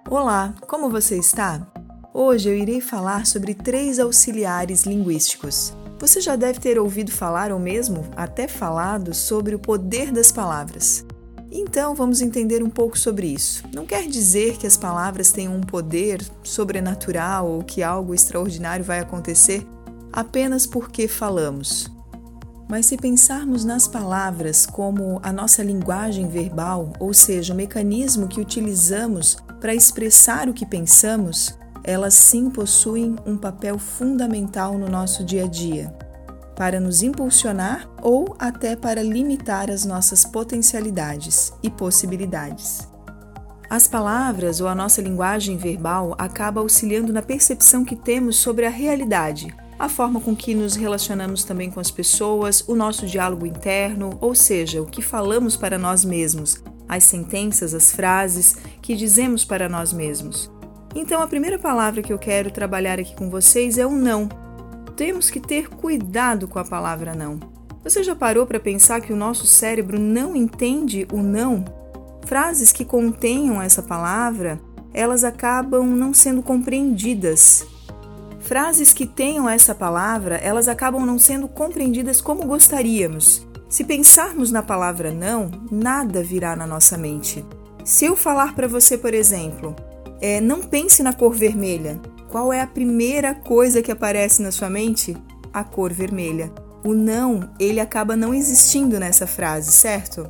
Olá, como você está? Hoje eu irei falar sobre 3 auxiliares linguísticos. Você já deve ter ouvido falar ou mesmo até falado sobre o poder das palavras. Então vamos entender um pouco sobre isso. Não quer dizer que as palavras tenham um poder sobrenatural ou que algo extraordinário vai acontecer apenas porque falamos. Mas se pensarmos nas palavras como a nossa linguagem verbal, ou seja, o mecanismo que utilizamos para expressar o que pensamos, elas sim possuem um papel fundamental no nosso dia a dia, para nos impulsionar ou até para limitar as nossas potencialidades e possibilidades. As palavras ou a nossa linguagem verbal acaba auxiliando na percepção que temos sobre a realidade, a forma com que nos relacionamos também com as pessoas, o nosso diálogo interno, ou seja, o que falamos para nós mesmos, as sentenças, as frases que dizemos para nós mesmos. Então, a primeira palavra que eu quero trabalhar aqui com vocês é o não. Temos que ter cuidado com a palavra não. Você já parou para pensar que o nosso cérebro não entende o não? Frases que contenham essa palavra, elas acabam não sendo compreendidas. Frases que tenham essa palavra, elas acabam não sendo compreendidas como gostaríamos. Se pensarmos na palavra não, nada virá na nossa mente. Se eu falar para você, por exemplo, não pense na cor vermelha, qual é a primeira coisa que aparece na sua mente? A cor vermelha. O não, ele acaba não existindo nessa frase, certo?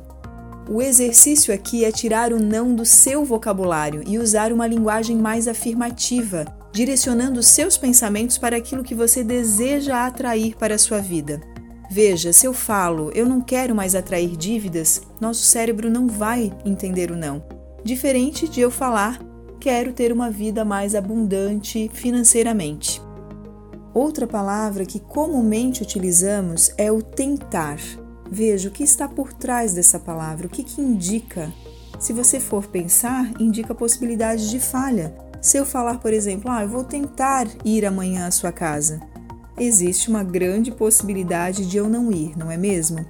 O exercício aqui é tirar o não do seu vocabulário e usar uma linguagem mais afirmativa, direcionando os seus pensamentos para aquilo que você deseja atrair para a sua vida. Veja, se eu falo, eu não quero mais atrair dívidas, nosso cérebro não vai entender o não. Diferente de eu falar, quero ter uma vida mais abundante financeiramente. Outra palavra que comumente utilizamos é o tentar. Veja o que está por trás dessa palavra, o que indica. Se você for pensar, indica a possibilidade de falha. Se eu falar, por exemplo, eu vou tentar ir amanhã à sua casa, existe uma grande possibilidade de eu não ir, não é mesmo?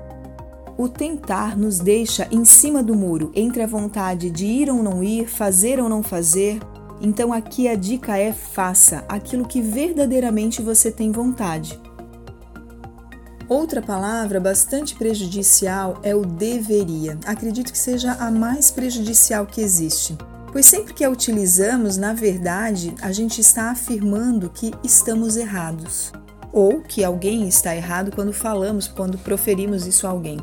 O tentar nos deixa em cima do muro, entre a vontade de ir ou não ir, fazer ou não fazer. Então aqui a dica é: faça aquilo que verdadeiramente você tem vontade. Outra palavra bastante prejudicial é o deveria. Acredito que seja a mais prejudicial que existe. Pois sempre que a utilizamos, na verdade, a gente está afirmando que estamos errados. Ou que alguém está errado quando proferimos isso a alguém.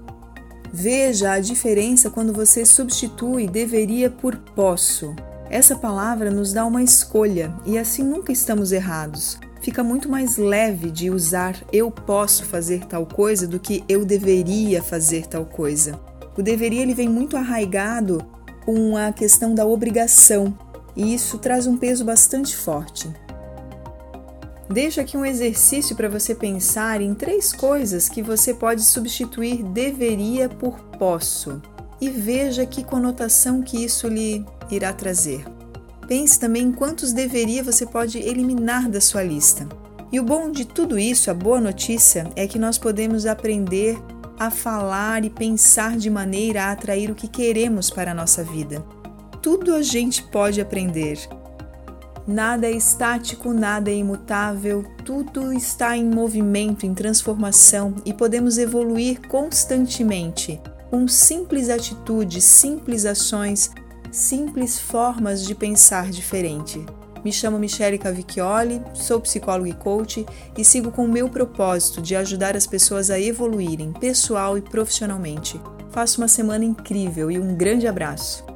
Veja a diferença quando você substitui deveria por posso. Essa palavra nos dá uma escolha e assim nunca estamos errados. Fica muito mais leve de usar eu posso fazer tal coisa do que eu deveria fazer tal coisa. O deveria ele vem muito arraigado com a questão da obrigação, e isso traz um peso bastante forte. Deixo aqui um exercício para você pensar em 3 coisas que você pode substituir deveria por posso, e veja que conotação que isso lhe irá trazer. Pense também em quantos deveria você pode eliminar da sua lista. E o bom de tudo isso, a boa notícia, é que nós podemos aprender a falar e pensar de maneira a atrair o que queremos para a nossa vida. Tudo a gente pode aprender. Nada é estático, nada é imutável, tudo está em movimento, em transformação e podemos evoluir constantemente com simples atitudes, simples ações, simples formas de pensar diferente. Me chamo Michele Cavicchioli, sou psicóloga e coach e sigo com o meu propósito de ajudar as pessoas a evoluírem pessoal e profissionalmente. Faça uma semana incrível e um grande abraço!